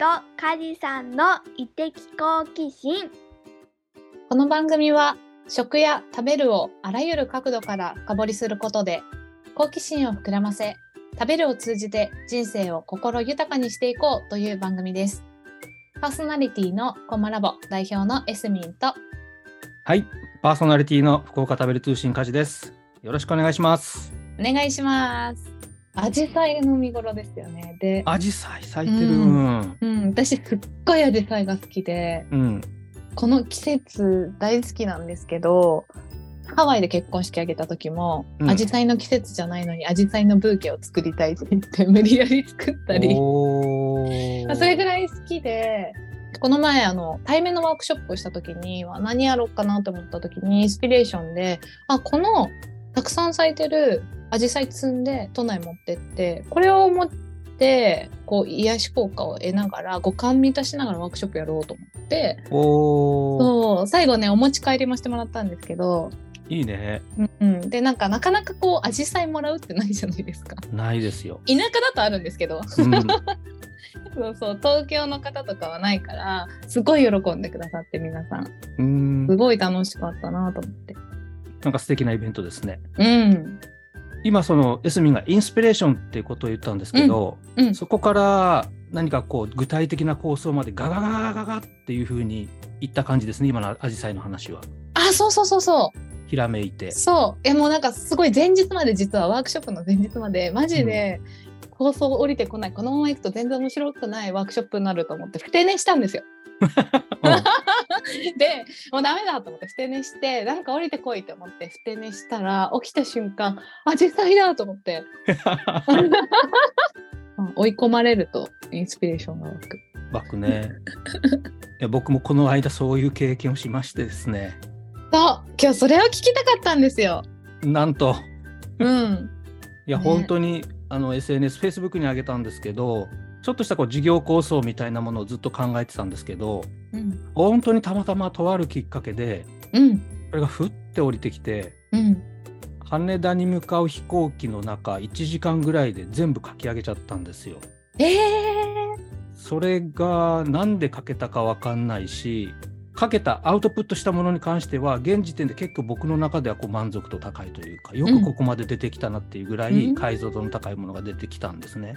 とカジさんの異的好奇心。 この番組は食や食べるをあらゆる角度から深掘りすることで好奇心を膨らませ、食べるを通じて人生を心豊かにしていこうという番組です。パーソナリティのコマラボ代表のエスミンと、 はい、パーソナリティの福岡食べる通信カジです。よろしくお願いします。 お願いします。アジサイの見頃ですよね。で、 アジサイ咲いてる。 私すっごいアジサイが好きで、この季節大好きなんですけど、ハワイで結婚式挙げた時も、アジサイの季節じゃないのにアジサイのブーケを作りたいって言って無理やり作ったりそれぐらい好きで、この前対面のワークショップをした時に何やろうかなと思った時にインスピレーションでこのたくさん咲いてるアジサイ摘んで都内持ってって、これを持ってこう癒し効果を得ながら五感満たしながらワークショップやろうと思って、そう最後ねお持ち帰りもしてもらったんですけど、 いいね。 でなかなかこうアジサイもらうってないじゃないですか。ないですよ。 田舎だとあるんですけど、そう東京の方とかはないからすごい喜んでくださって、皆さんすごい楽しかったなと思って。 なんか素敵なイベントですね。今そのエスミンがインスピレーションっていうことを言ったんですけど、そこから何かこう具体的な構想までガガガガガガっていう風にいった感じですね、今のアジサイの話は。そうひらめいて、 もうなんかすごい前日まで、実はワークショップの前日までマジで構想降りてこない、このまま行くと全然面白くないワークショップになると思って不定年したんですよでもうダメだと思って不定年して、なんか降りてこいと思って不定年したら、起きた瞬間実際だと思って追い込まれるとインスピレーションが湧くね。いや僕もこの間そういう経験をしましてですね。 今日それを聞きたかったんですよ。 なんといや、本当にSNS、Facebook に上げたんですけど、ちょっとしたこう事業構想みたいなものをずっと考えてたんですけど、本当にたまたまとあるきっかけで、それがふって降りてきて、羽田に向かう飛行機の中1時間ぐらいで全部書き上げちゃったんですよ。それがなんで書けたか分かんないし、書けたアウトプットしたものに関しては現時点で結構僕の中ではこう満足度高いというか、よくここまで出てきたなっていうぐらい解像度の高いものが出てきたんですね。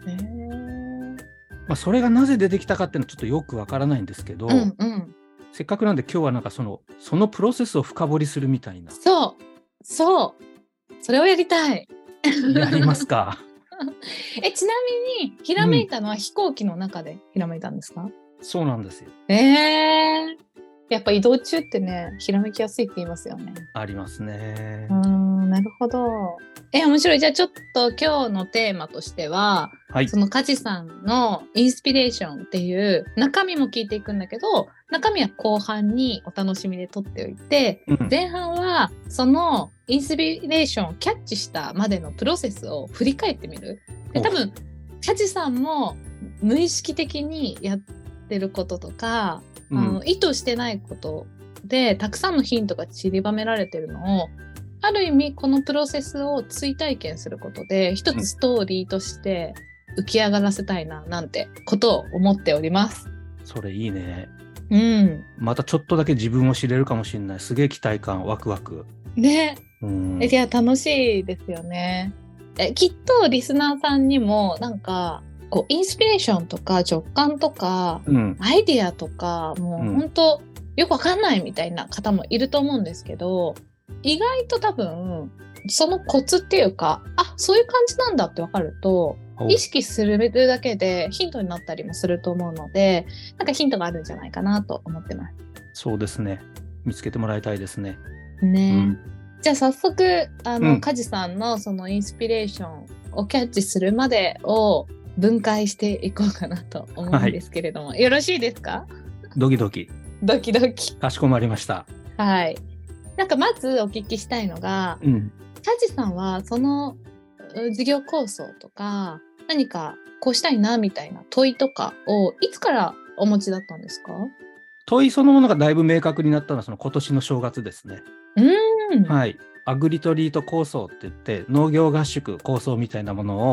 それがなぜ出てきたかっていうのはちょっとよくわからないんですけど、せっかくなんで今日はなんかそのプロセスを深掘りするみたいな。それをやりたい。 やりますかちなみにひらめいたのは飛行機の中でひらめいたんですか？ そうなんですよ。 やっぱ移動中ってね、ひらめきやすいって言いますよね。 ありますね。 なるほど。面白い。じゃあちょっと今日のテーマとしては、そのカジさんのインスピレーションっていう中身も聞いていくんだけど、中身は後半にお楽しみで取っておいて、前半はそのインスピレーションをキャッチしたまでのプロセスを振り返ってみる。で、多分カジさんも無意識的にやってることとか、意図してないことでたくさんのヒントが散りばめられてるのを、ある意味このプロセスを追体験することで一つストーリーとして浮き上がらせたいななんてことを思っております。 それいいね。またちょっとだけ自分を知れるかもしれない。すげえ期待感、ワクワクね。いや楽しいですよね。きっとリスナーさんにもなんかこうインスピレーションとか直感とか、アイディアとかもう本当よくわかんないみたいな方もいると思うんですけど、意外と多分そのコツっていうか、そういう感じなんだってわかると、意識するだけでヒントになったりもすると思うので、なんかヒントがあるんじゃないかなと思ってます。 そうですね。見つけてもらいたいですね。 じゃあ早速カジさんのそのインスピレーションをキャッチするまでを分解していこうかなと思うんですけれども、よろしいですか？ ドキドキ。 かしこまりました。 なんかまずお聞きしたいのが、カジさんはその事業構想とか何かこうしたいなみたいな問いとかをいつからお持ちだったんですか？ 問いそのものがだいぶ明確になったのはその今年の正月ですね。アグリトリート構想って言って農業合宿構想みたいなものを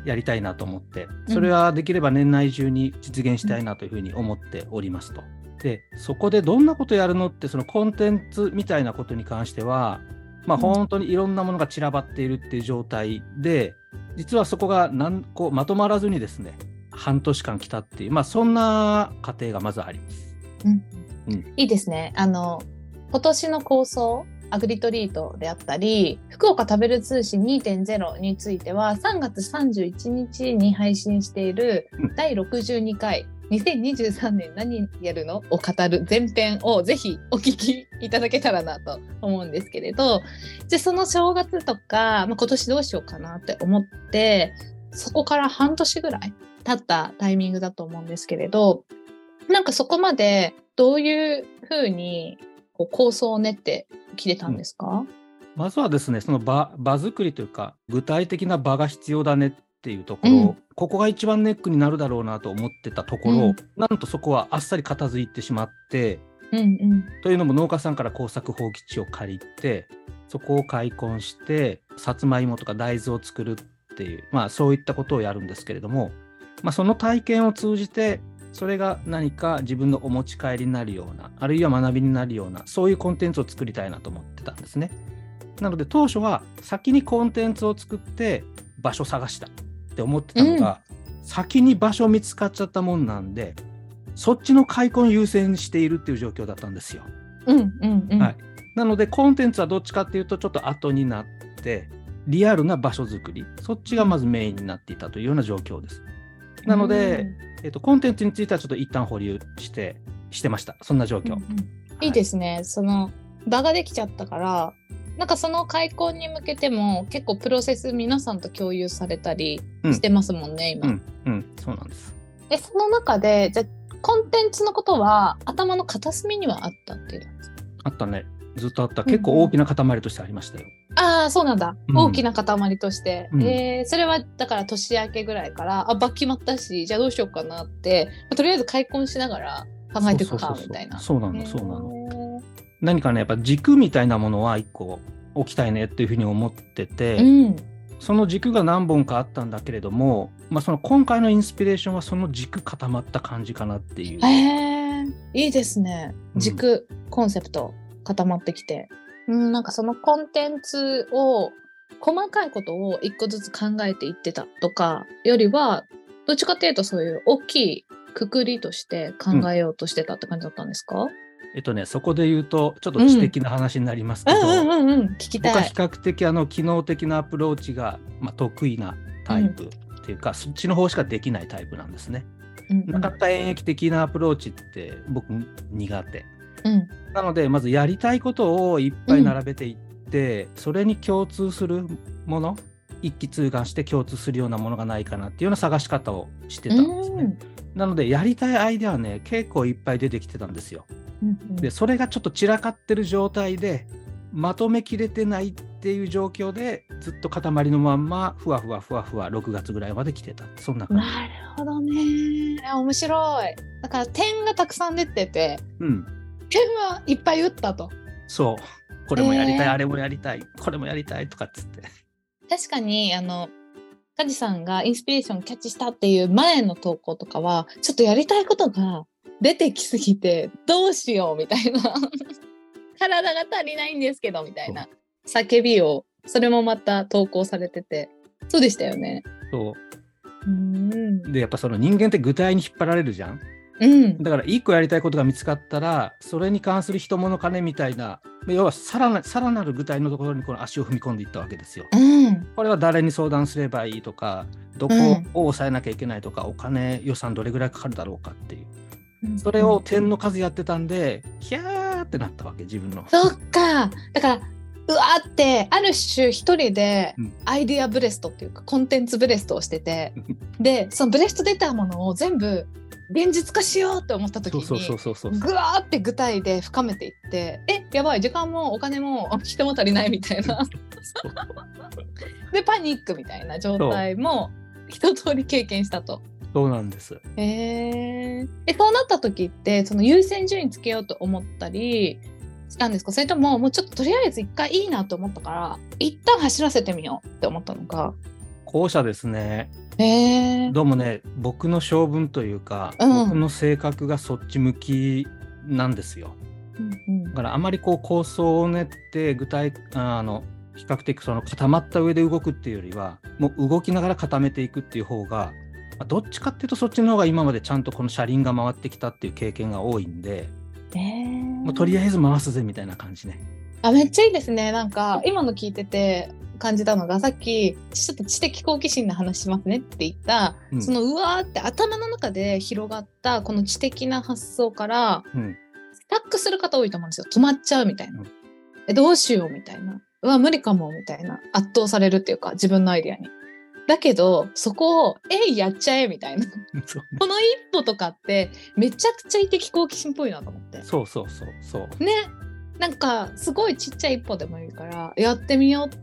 やりたいなと思って、それはできれば年内中に実現したいなというふうに思っておりますと。でそこでどんなことやるのって、そのコンテンツみたいなことに関しては、本当にいろんなものが散らばっているっていう状態で、実はそこがこうまとまらずにですね、半年間来たっていう、そんな過程がまずあります。 いいですね。今年の構想アグリトリートであったり、福岡食べる通信 2.0 については3月31日に配信している第62回2023年何やるのを語る前編をぜひお聞きいただけたらなと思うんですけれど、じゃあその正月とか、今年どうしようかなって思って、そこから半年ぐらい経ったタイミングだと思うんですけれど、なんかそこまでどういうふうに構想を練ってきてたんですか？ まずはですね、その場作りというか、具体的な場が必要だねっていうところ、ここが一番ネックになるだろうなと思ってたところ、なんとそこはあっさり片付いてしまって、というのも農家さんから耕作放棄地を借りて、そこを開墾してさつまいもとか大豆を作るっていう、そういったことをやるんですけれども、その体験を通じてそれが何か自分のお持ち帰りになるような、あるいは学びになるような、そういうコンテンツを作りたいなと思ってたんですね。なので当初は先にコンテンツを作って場所探したって思ってたのが、先に場所見つかっちゃったもんなんで、そっちの開墾優先しているっていう状況だったんですよ。なのでコンテンツはどっちかっていうとちょっと後になって、リアルな場所作り、そっちがまずメインになっていたというような状況です。なので、コンテンツについてはちょっと一旦保留してました。そんな状況。 いいですね。その場ができちゃったから、なんかその開墾に向けても結構プロセス皆さんと共有されたりしてますもんね、今。 そうなんです。 その中でじゃコンテンツのことは頭の片隅にはあったっていうんですか？ あったね。ずっとあった。結構大きな塊としてありましたよ。 ああ、そうなんだ。大きな塊として。それはだから年明けぐらいから、場決まったし、じゃあどうしようかなって、とりあえず開墾しながら考えていくかみたいな。 そうなの。何かね、やっぱ軸みたいなものは一個置きたいねっていうふうに思ってて、その軸が何本かあったんだけれども、その今回のインスピレーションはその軸固まった感じかなっていう。 いいですね。軸、コンセプト固まってきて。なんかそのコンテンツを細かいことを一個ずつ考えていってたとかよりは、どっちかっていうとそういう大きいくくりとして考えようとしてたって感じだったんですか？ そこで言うとちょっと知的な話になりますけど、 聞きたい。 僕は比較的機能的なアプローチが、得意なタイプっていうか、そっちの方しかできないタイプなんですね。なかなか演劇的なアプローチって僕苦手。なのでまずやりたいことをいっぱい並べていって、それに共通するもの、一気通貫して共通するようなものがないかなっていうような探し方をしてたんですね。なのでやりたいアイデアはね、結構いっぱい出てきてたんですよ。でそれがちょっと散らかってる状態でまとめきれてないっていう状況で、ずっと塊のまんまふわふわ6月ぐらいまで来てた。そんな感じ。 なるほどね。面白い。だから点がたくさん出てて、点はいっぱい打ったと。 そう、これもやりたい、あれもやりたい、これもやりたいとかっつって。 確かに梶さんがインスピレーションキャッチしたっていう前の投稿とかは、ちょっとやりたいことが出てきすぎてどうしようみたいな体が足りないんですけどみたいな叫びを、それもまた投稿されてて、そうでしたよね。 そうで、やっぱその人間って具体に引っ張られるじゃん。だから一個やりたいことが見つかったら、それに関する人物金みたいな、要はさらなる具体のところにこの足を踏み込んでいったわけですよ。これは誰に相談すればいいとか、どこを抑えなきゃいけないとか、お金予算どれぐらいかかるだろうかっていう、それを点の数やってたんで、ヒャーってなったわけ、自分の。 そっか。だからうわーってある種一人でアイデアブレストっていうか、コンテンツブレストをしててでそのブレスト出たものを全部現実化しようって思った時にぐわーって具体で深めていって、やばい、時間もお金も人も足りないみたいなでパニックみたいな状態も一通り経験したと。 そうなんです。 そうなった時ってその優先順位つけようと思ったりしたんですか？それとももうちょっととりあえず一回いいなと思ったから一旦走らせてみようって思ったのか。 後者ですね。どうもね、僕の性分というか、僕の性格がそっち向きなんですよ。だからあまりこう構想を練って比較的その固まった上で動くっていうよりは、もう動きながら固めていくっていう方が、どっちかっていうとそっちの方が今までちゃんとこの車輪が回ってきたっていう経験が多いんで、もうとりあえず回すぜみたいな感じね。 めっちゃいいですね。なんか今の聞いてて感じたのが、さっきちょっと知的好奇心の話しますねって言った、そのうわーって頭の中で広がったこの知的な発想から、スタックする方多いと思うんですよ。止まっちゃうみたいな、どうしようみたいな、うわ無理かもみたいな、圧倒されるっていうか自分のアイデアに。だけどそこをやっちゃえみたいなこの一歩とかってめちゃくちゃ知的好奇心っぽいなと思って。 そうね、なんかすごいちっちゃい一歩でもいいからやってみようって、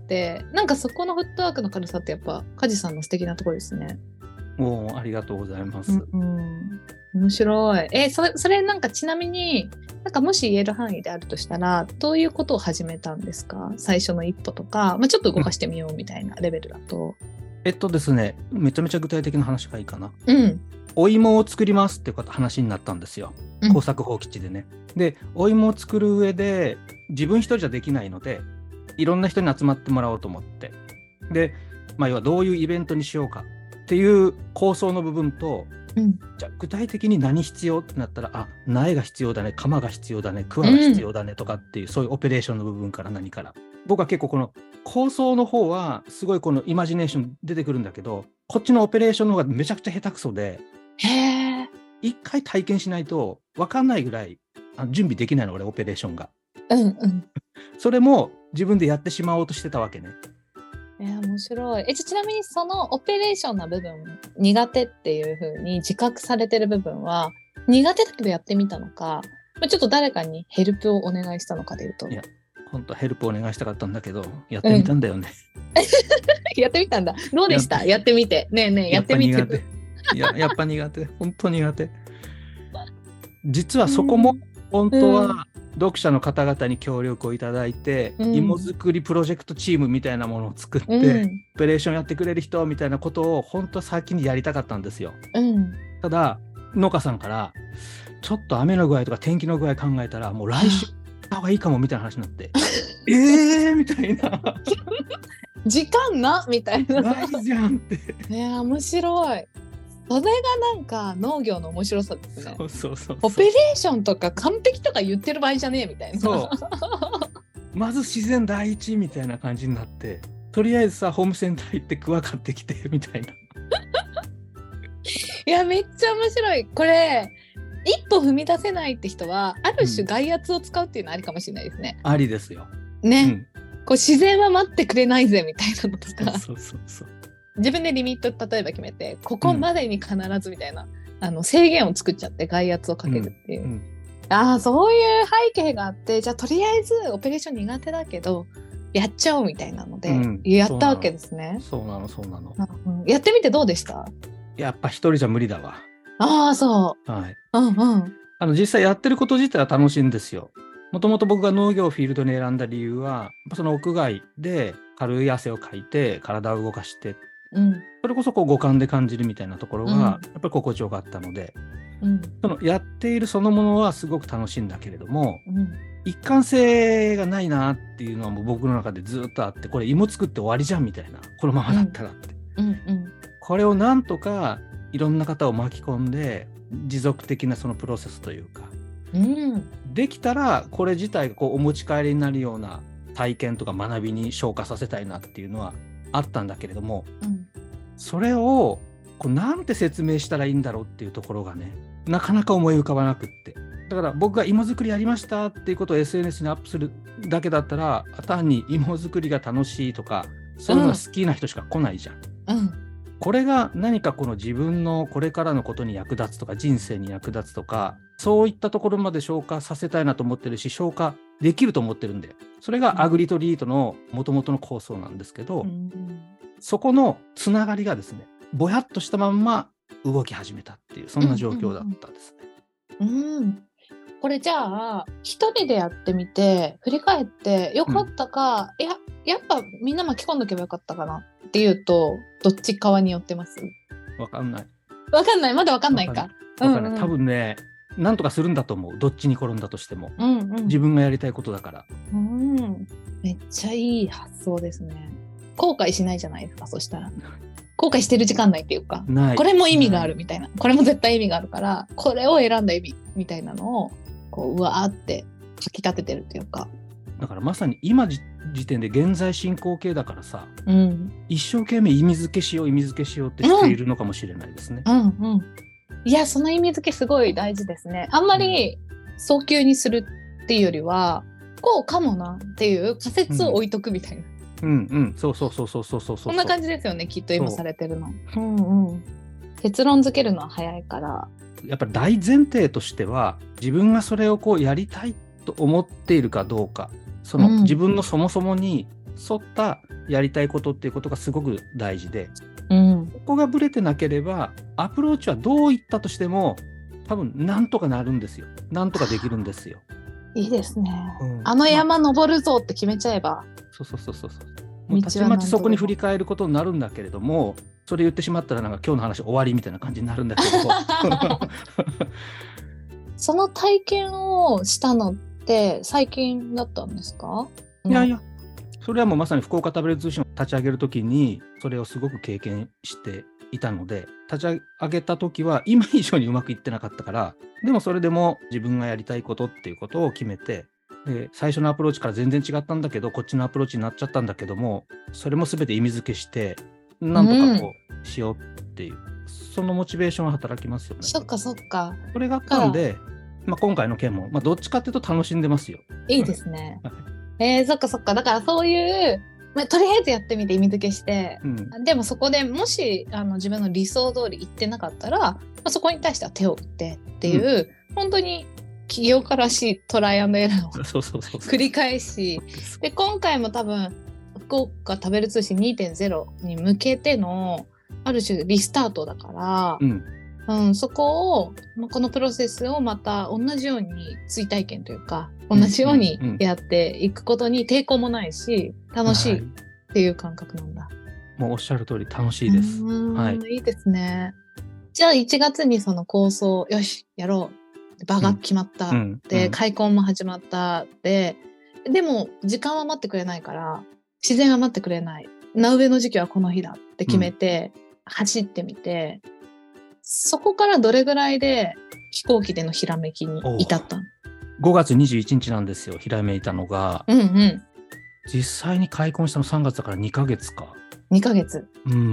なんかそこのフットワークの軽さってやっぱ梶さんの素敵なところですね。 ありがとうございます。 面白い。それなんかちなみになんかもし言える範囲であるとしたら、どういうことを始めたんですか？最初の一歩とか、ちょっと動かしてみようみたいなレベルだと。 ですね、めちゃめちゃ具体的な話がいいかな。お芋を作りますって話になったんですよ。耕作放棄地でね。で、お芋を作る上で自分一人じゃできないので、いろんな人に集まってもらおうと思って。で、要はどういうイベントにしようかっていう構想の部分と、じゃあ具体的に何必要ってなったら、苗が必要だね、鎌が必要だね、桑が必要だねとかっていう、そういうオペレーションの部分から何から。僕は結構この構想の方はすごいこのイマジネーション出てくるんだけど、こっちのオペレーションの方がめちゃくちゃ下手くそで、一回体験しないと分かんないぐらい準備できないの、俺オペレーションが。それも自分でやってしまおうとしてたわけね。 面白い。ちなみにそのオペレーションな部分、苦手っていう風に自覚されてる部分は苦手だけどやってみたのか、ちょっと誰かにヘルプをお願いしたのかでいうと。 いや、本当はヘルプお願いしたかったんだけど、やってみたんだよね。 やってみたんだ。どうでした？やってみて。ねえやってみて。 やっぱ苦手。本当苦手。実はそこも本当は読者の方々に協力をいただいて、芋作りプロジェクトチームみたいなものを作って、オペレーションやってくれる人みたいなことを本当は先にやりたかったんですよ。ただ農家さんからちょっと雨の具合とか天気の具合考えたらもう来週た方がいいかもみたいな話になってみたいな時間なみたいな。 ないじゃんって面白い。それがなんか農業の面白さですね。 そうオペレーションとか完璧とか言ってる場合じゃねえみたいな。 まず自然第一みたいな感じになって、とりあえずさホームセンター行ってクワ買ってきてみたいな。 いやめっちゃ面白い。これ一歩踏み出せないって人はある種外圧を使うっていうのはありかもしれないですね。 ありですよね、こう自然は待ってくれないぜみたいなのとか。 そう自分でリミット例えば決めてここまでに必ずみたいな、制限を作っちゃって外圧をかけるっていう、そういう背景があって、じゃあとりあえずオペレーション苦手だけどやっちゃおうみたいなので、やったわけですね。 そうなの、 やってみてどうでした？ やっぱ一人じゃ無理だわ。 そう。 はい。実際やってること自体は楽しいんですよ。もともと僕が農業をフィールドに選んだ理由は、その屋外で軽い汗をかいて体を動かして、それこそこう五感で感じるみたいなところがやっぱり心地よかったので、そのやっているそのものはすごく楽しいんだけれども、一貫性がないなっていうのはもう僕の中でずっとあって、これ芋作って終わりじゃんみたいな、このままだったらって、これをなんとかいろんな方を巻き込んで持続的なそのプロセスというか、できたらこれ自体がこうお持ち帰りになるような体験とか学びに昇華させたいなっていうのはあったんだけれども、それをこうなんて説明したらいいんだろうっていうところがね、なかなか思い浮かばなくって、だから僕が芋作りやりましたっていうことを SNS にアップするだけだったら、単に芋作りが楽しいとかそういうのが好きな人しか来ないじゃん。これが何かこの自分のこれからのことに役立つとか人生に役立つとか、そういったところまで消化させたいなと思ってるし、消化できると思ってるんで、それがアグリトリートの元々の構想なんですけど、そこのつながりがですね、ぼやっとしたまんま動き始めたっていう、そんな状況だったですね。 これじゃあ一人でやってみて振り返ってよかったか、やっぱみんな巻き込んどけばよかったかなっっていうとどっち側に寄ってます？ わかんない。 まだわかんないか。 多分ね、なんとかするんだと思う。どっちに転んだとしても、自分がやりたいことだから。 めっちゃいい発想ですね。後悔しないじゃないですか。そしたら後悔してる時間ないっていうか、これも意味があるみたいな、これも絶対意味があるから、これを選んだ意味みたいなのをこううわーって書き立ててるっていうか。 だからまさに今時点で現在進行形だからさ、一生懸命意味付けしようってしているのかもしれないですね。 いや、その意味付けすごい大事ですね。あんまり早急にするっていうよりは、こうかもなっていう仮説を置いとくみたいな。 そう。 そんな感じですよね、きっと今されてるの。結論付けるのは早いから。 やっぱり大前提としては、自分がそれをこうやりたいと思っているかどうか、その自分のそもそもに沿ったやりたいことっていうことがすごく大事で、ここがブレてなければアプローチはどういったとしても多分なんとかなるんですよ。なんとかできるんですよ。 いいですね。あの山登るぞって決めちゃえば。 もうたちまちそこに振り返ることになるんだけれども、それ言ってしまったらなんか今日の話終わりみたいな感じになるんだけどその体験をしたのって最近だったんですか？ いやそれはもうまさに福岡タブレット通信を立ち上げるときにそれをすごく経験していたので、立ち上げたときは今以上にうまくいってなかったから、でもそれでも自分がやりたいことっていうことを決めて、で最初のアプローチから全然違ったんだけど、こっちのアプローチになっちゃったんだけども、それも全て意味付けしてなんとかこうしようっていう、そのモチベーションが働きますよね。 そっか。 これがあったんで、今回の件も、どっちかっていうと楽しんでますよ。 いいですね。そっか。だからそういう、とりあえずやってみて意味付けして、でもそこでもし自分の理想通りいってなかったら、そこに対しては手を打ってっていう、本当に起業家らしいトライアンドエラーを繰り返し、で今回も多分福岡食べる通信 2.0 に向けてのある種リスタートだから、そこを、このプロセスをまた同じように追体験というか同じようにやっていくことに抵抗もないし楽しいっていう感覚なんだ。 もうおっしゃる通り楽しいです。 いいですね。じゃあ1月にその構想よしやろう、場が決まった、で開墾も始まったでも時間は待ってくれないから、自然は待ってくれない、名植えの時期はこの日だって決めて、走ってみて、そこからどれぐらいで飛行機でのひらめきに至ったの？5 月21日なんですよ、ひらめいたのが。実際に開墾したの3月だから2ヶ月か。 2ヶ月。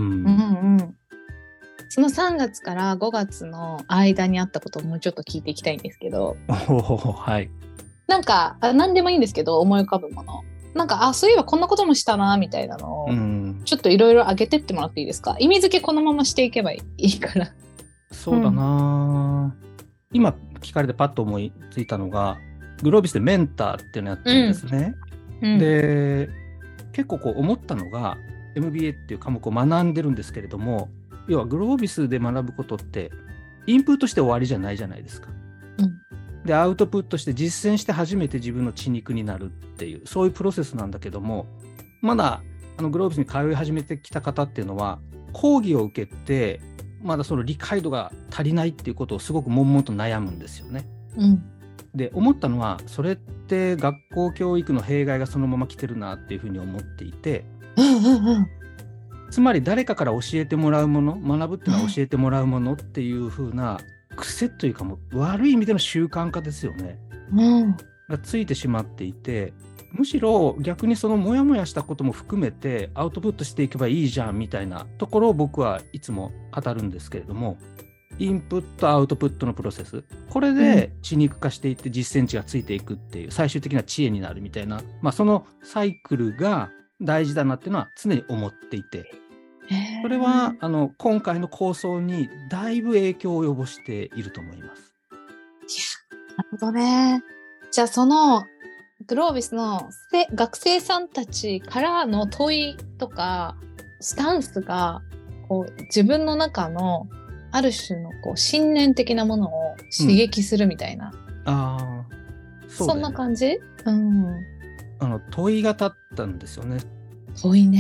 その3月から5月の間にあったことをもうちょっと聞いていきたいんですけど。なんか何でもいいんですけど、思い浮かぶもの。なんかそういえばこんなこともしたなみたいなのを、ちょっといろいろ上げてってもらっていいですか？意味付けこのまましていけばいいから。 そうだな、今聞かれてパッと思いついたのが、グロービスでメンターっていうのやってるんですね。で結構こう思ったのが MBA っていう科目を学んでるんですけれども、要はグロービスで学ぶことってインプットして終わりじゃないじゃないですか。でアウトプットして実践して初めて自分の血肉になるっていう、そういうプロセスなんだけども、まだグロービスに通い始めてきた方っていうのは講義を受けてまだその理解度が足りないっていうことをすごく悶々と悩むんですよね。で思ったのは、それって学校教育の弊害がそのまま来てるなっていうふうに思っていて、つまり誰かから教えてもらうもの、学ぶっていうのは教えてもらうものっていうふうな癖というか、もう悪い意味での習慣化ですよね、がついてしまっていて、むしろ逆にそのモヤモヤしたことも含めてアウトプットしていけばいいじゃんみたいなところを僕はいつも語るんですけれども、インプットアウトプットのプロセス、これで血肉化していって実践値がついていくっていう、最終的な知恵になるみたいな、そのサイクルが大事だなっていうのは常に思っていて、それは今回の構想にだいぶ影響を及ぼしていると思います。 なるほどね。じゃあそのグロービスの学生さんたちからの問いとかスタンスがこう自分の中のある種のこう信念的なものを刺激するみたいな、そんな感じ？ 問いが立ったんですよね。 問いね。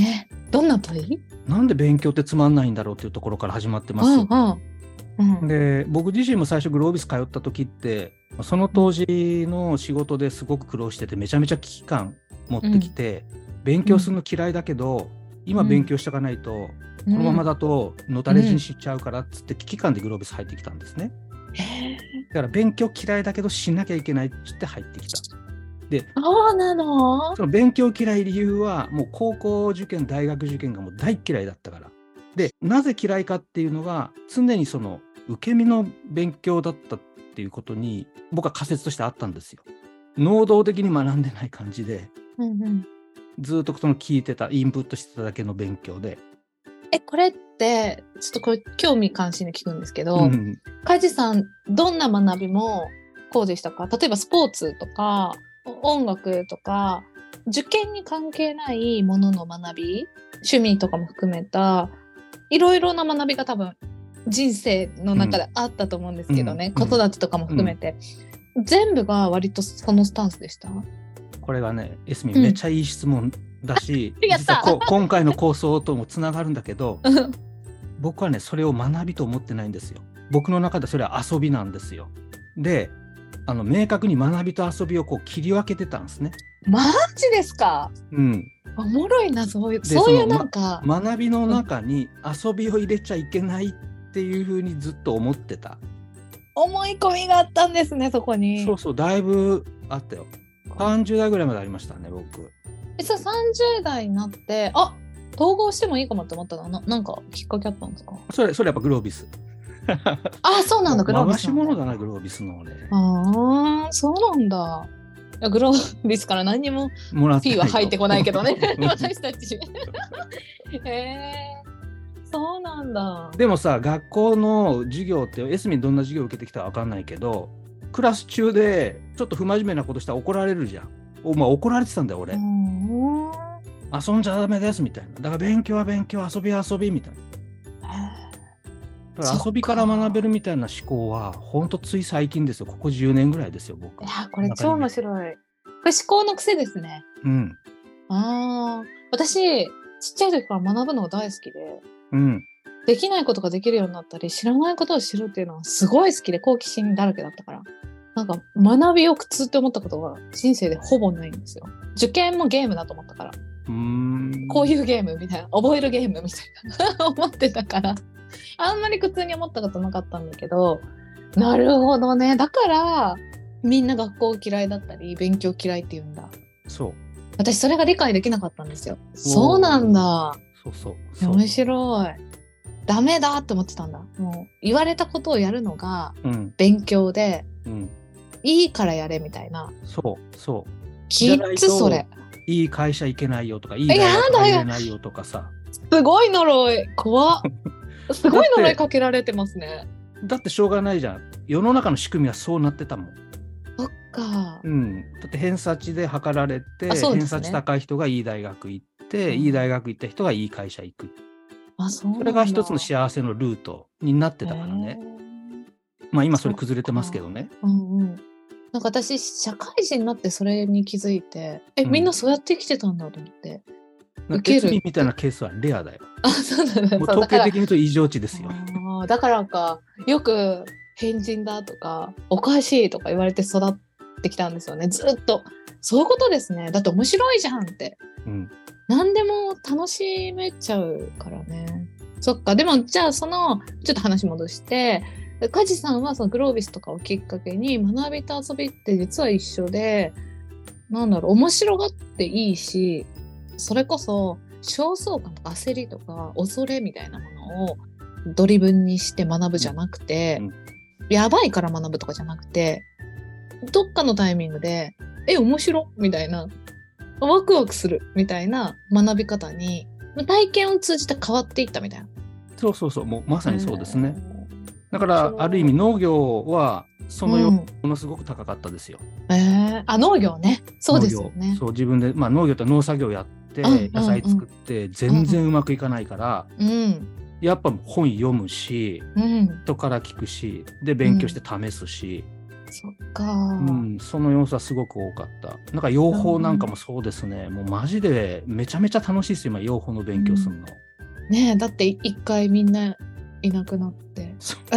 どんな問い？ なんで勉強ってつまんないんだろうっていうところから始まってます。で、僕自身も最初グロービス通った時って、その当時の仕事ですごく苦労してて、めちゃめちゃ危機感持ってきて、勉強するの嫌いだけど、今勉強しておかないと、このままだとのたれ死にしちゃうからっつって危機感でグロービス入ってきたんですね。だから勉強嫌いだけどしなきゃいけないっつって入ってきた。で、 そうなの？ その勉強嫌い理由はもう高校受験大学受験がもう大嫌いだったから。で、なぜ嫌いかっていうのが常にその受け身の勉強だったっていうことに僕は仮説としてあったんですよ。能動的に学んでない感じで、ずっとその聞いてたインプットしてただけの勉強で。 これってちょっとこれ興味関心で聞くんですけど、梶さんどんな学びもこうでしたか？例えばスポーツとか音楽とか受験に関係ないものの学び、趣味とかも含めたいろいろな学びが多分人生の中であったと思うんですけどね、子育てとかも含めて、全部が割とそのスタンスでした？ これがね、エスミめっちゃいい質問だし、実は今回の構想ともつながるんだけど僕はねそれを学びと思ってないんですよ。僕の中でそれは遊びなんですよ。で、明確に学びと遊びをこう切り分けてたんですね。 マジですか？おもろいな、そういうなんか、 学びの中に遊びを入れちゃいけないっていうふうにずっと思ってた。 思い込みがあったんですね、そこに。 そうだいぶあったよ。30代ぐらいまでありましたね、僕。 30代になって統合してもいいかもって思ったのはなんかきっかけあったんですか？ それやっぱグロービスそうなんだ、グロービス。 回し物だな、グロービスの俺。 そうなんだ。いや、グロービスから何にもフィーは入ってこないけどね私たちそうなんだ。 でもさ、学校の授業ってエスミンどんな授業を受けてきたか分かんないけど、クラス中でちょっと不真面目なことしたら怒られるじゃん。怒られてたんだよ俺。遊んじゃダメですみたいな。だから勉強は勉強、遊びは遊びみたいな。だから遊びから学べるみたいな思考はほんとつい最近ですよ。ここ10年ぐらいですよ、僕。 いや、これ超面白い。これ思考の癖ですね。私ちっちゃい時から学ぶのが大好きで、できないことができるようになったり、知らないことを知るっていうのはすごい好きで、好奇心だらけだったから、なんか学びを苦痛って思ったことが人生でほぼないんですよ。受験もゲームだと思ったから、こういうゲームみたいな、覚えるゲームみたいな思ってたから、あんまり苦痛に思ったことなかったんだけど、なるほどね。だからみんな学校嫌いだったり勉強嫌いって言うんだ。 そう。 私それが理解できなかったんですよ。そうなんだ。 そう面白い。ダメだって思ってたんだ。もう言われたことをやるのが勉強で、いいからやれみたいな。 そうきっつそれ。 いい会社行けないよとか、いい大学入れないよとかさ。 すごい呪い。怖っ。すごい呪いかけられてますね。 だってしょうがないじゃん。世の中の仕組みはそうなってたもん。 そっか。 だって偏差値で測られて、偏差値高い人がいい大学行って、いい大学行った人がいい会社行く。それが一つの幸せのルートになってたからね。今それ崩れてますけどね。 なんか私社会人になってそれに気づいて、みんなそうやって生きてたんだと思って。 受けるみたいなケースはレアだよ。 そうなんだ。 もう統計的に言うと異常値ですよ。 だからかよく変人だとかおかしいとか言われて育ってきたんですよね。ずっとそういうことですね。だって面白いじゃんって。何でも楽しめちゃうからね。そっか。でもじゃあちょっと話戻して、梶さんはそのグロービスとかをきっかけに学びと遊びって実は一緒で、面白がっていいし、それこそ焦燥感とか焦りとか恐れみたいなものをドリブンにして学ぶじゃなくて、やばいから学ぶとかじゃなくて、どっかのタイミングで面白みたいな、ワクワクするみたいな学び方に体験を通じて変わっていったみたいな。 そうもうまさにそうですね。だからある意味農業はそのよものすごく高かったですよ。 農業ね。そうですよね。 自分で、農業って農作業やって野菜作って全然うまくいかないから、やっぱ本読むし、人から聞くし、で勉強して試すし、 そっか、 その要素はすごく多かった。なんか養蜂なんかもそうですね、もうマジでめちゃめちゃ楽しいですよ今養蜂の勉強するの、 ねえ、だって一回みんないなくなって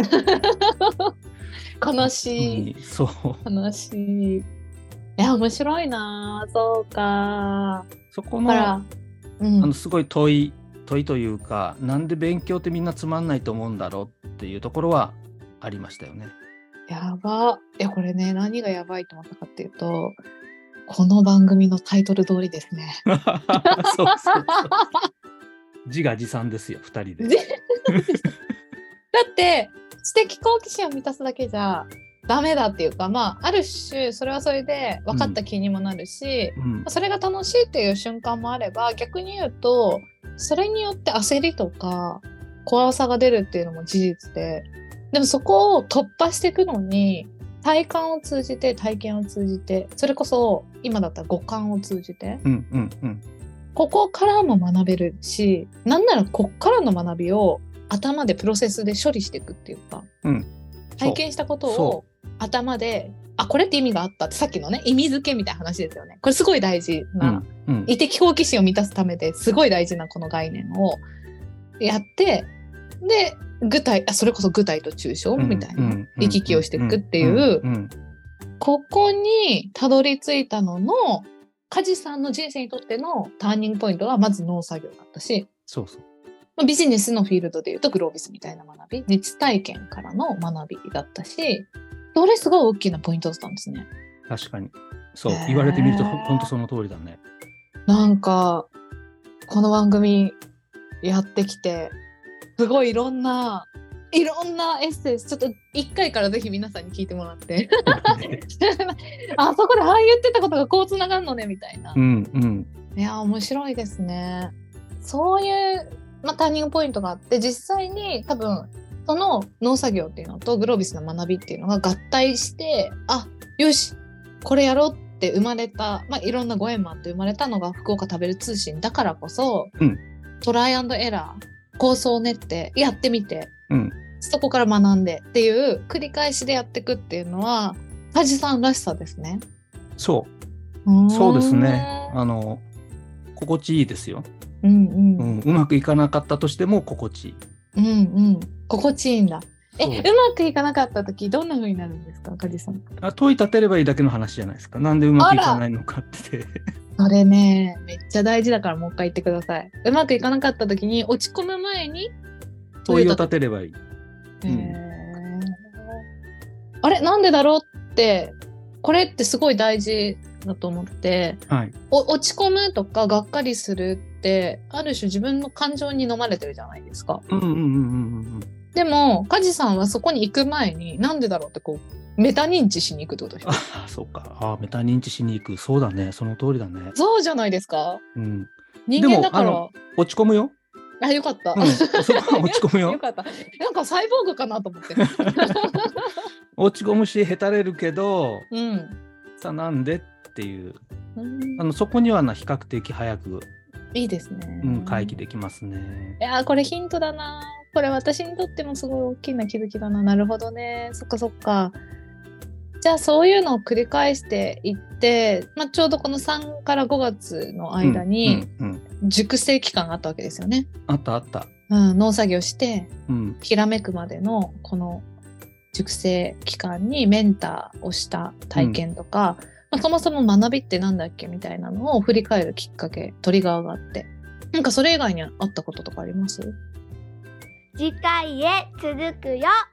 悲しい、 そう悲しい。いや面白いな。そうか。 そこの、すごい問いというか、なんで勉強ってみんなつまんないと思うんだろうっていうところはありましたよね。 やば。いやこれね、何がやばいと思ったかっていうと、この番組のタイトル通りですね。 そう自画自賛ですよ2人で。だって知的好奇心を満たすだけじゃダメだっていうか、ある種それはそれで分かった気にもなるし、それが楽しいっていう瞬間もあれば、逆に言うとそれによって焦りとか怖さが出るっていうのも事実で、でもそこを突破していくのに体感を通じて、体験を通じて、それこそ今だったら五感を通じて、ここからも学べるし、なんならこっからの学びを頭でプロセスで処理していくっていうか、体験したことを頭で、これって意味があったって、さっきのね意味付けみたいな話ですよね。これすごい大事な、意的好奇心を満たすためですごい大事なこの概念をやって、でそれこそ具体と抽象みたいな行き来をしていくっていう、ここにたどり着いたのの梶さんの人生にとってのターニングポイントはまず農作業だったし、ビジネスのフィールドでいうとグロービスみたいな学び、実体験からの学びだったし、それすごい大きなポイントだったんですね。 確かにそう言われてみると本当その通りだね。 なんかこの番組やってきてすごいいろんなエッセンス、ちょっと1回からぜひ皆さんに聞いてもらってあそこでああ言ってたことがこうつながるのねみたいな、いや面白いですね。そういうターニングポイントがあって、実際に多分その農作業っていうのとグロービスの学びっていうのが合体して、よしこれやろうって生まれた、いろんなご縁もあって生まれたのが福岡食べる通信だからこそ、トライアンドエラー、構想を練ってやってみて、そこから学んでっていう繰り返しでやっていくっていうのは梶さんらしさですね。 そうですね。心地いいですよ。うまくいかなかったとしても心地いい。 心地いいんだ。うまくいかなかった時どんな風になるんですか、梶さん。 問い立てればいいだけの話じゃないですか。なんでうまくいかないのかってそれねめっちゃ大事だから、もう一回言ってください。うまくいかなかった時に落ち込む前に問いを立てればいい。 あれなんでだろうって、これってすごい大事だと思って、落ち込むとかがっかりするってある種自分の感情に飲まれてるじゃないですか。でも梶さんはそこに行く前になんでだろうってこうメタ認知しに行くってことですか。 そうか、メタ認知しに行く。そうだね、その通りだね。 そうじゃないですか。人間だから。 落ち込むよ。 よかった。 そこは落ち込むよ。 よかった。なんかサイボーグかなと思って。 落ち込むしへたれるけど、さあなんでっていう、そこには比較的早くいいですね。 回帰できますね。 いやこれヒントだな。これ私にとってもすごい大きな気づきだな。なるほどね。そっかそっか。じゃあそういうのを繰り返していって、ちょうどこの3から5月の間に熟成期間があったわけですよね。 あった。 農作業して、ひらめくまでのこの熟成期間にメンターをした体験とか、そもそも学びってなんだっけみたいなのを振り返るきっかけ、トリガーがあって、なんかそれ以外にあったこととかあります？ 次回へ続くよ。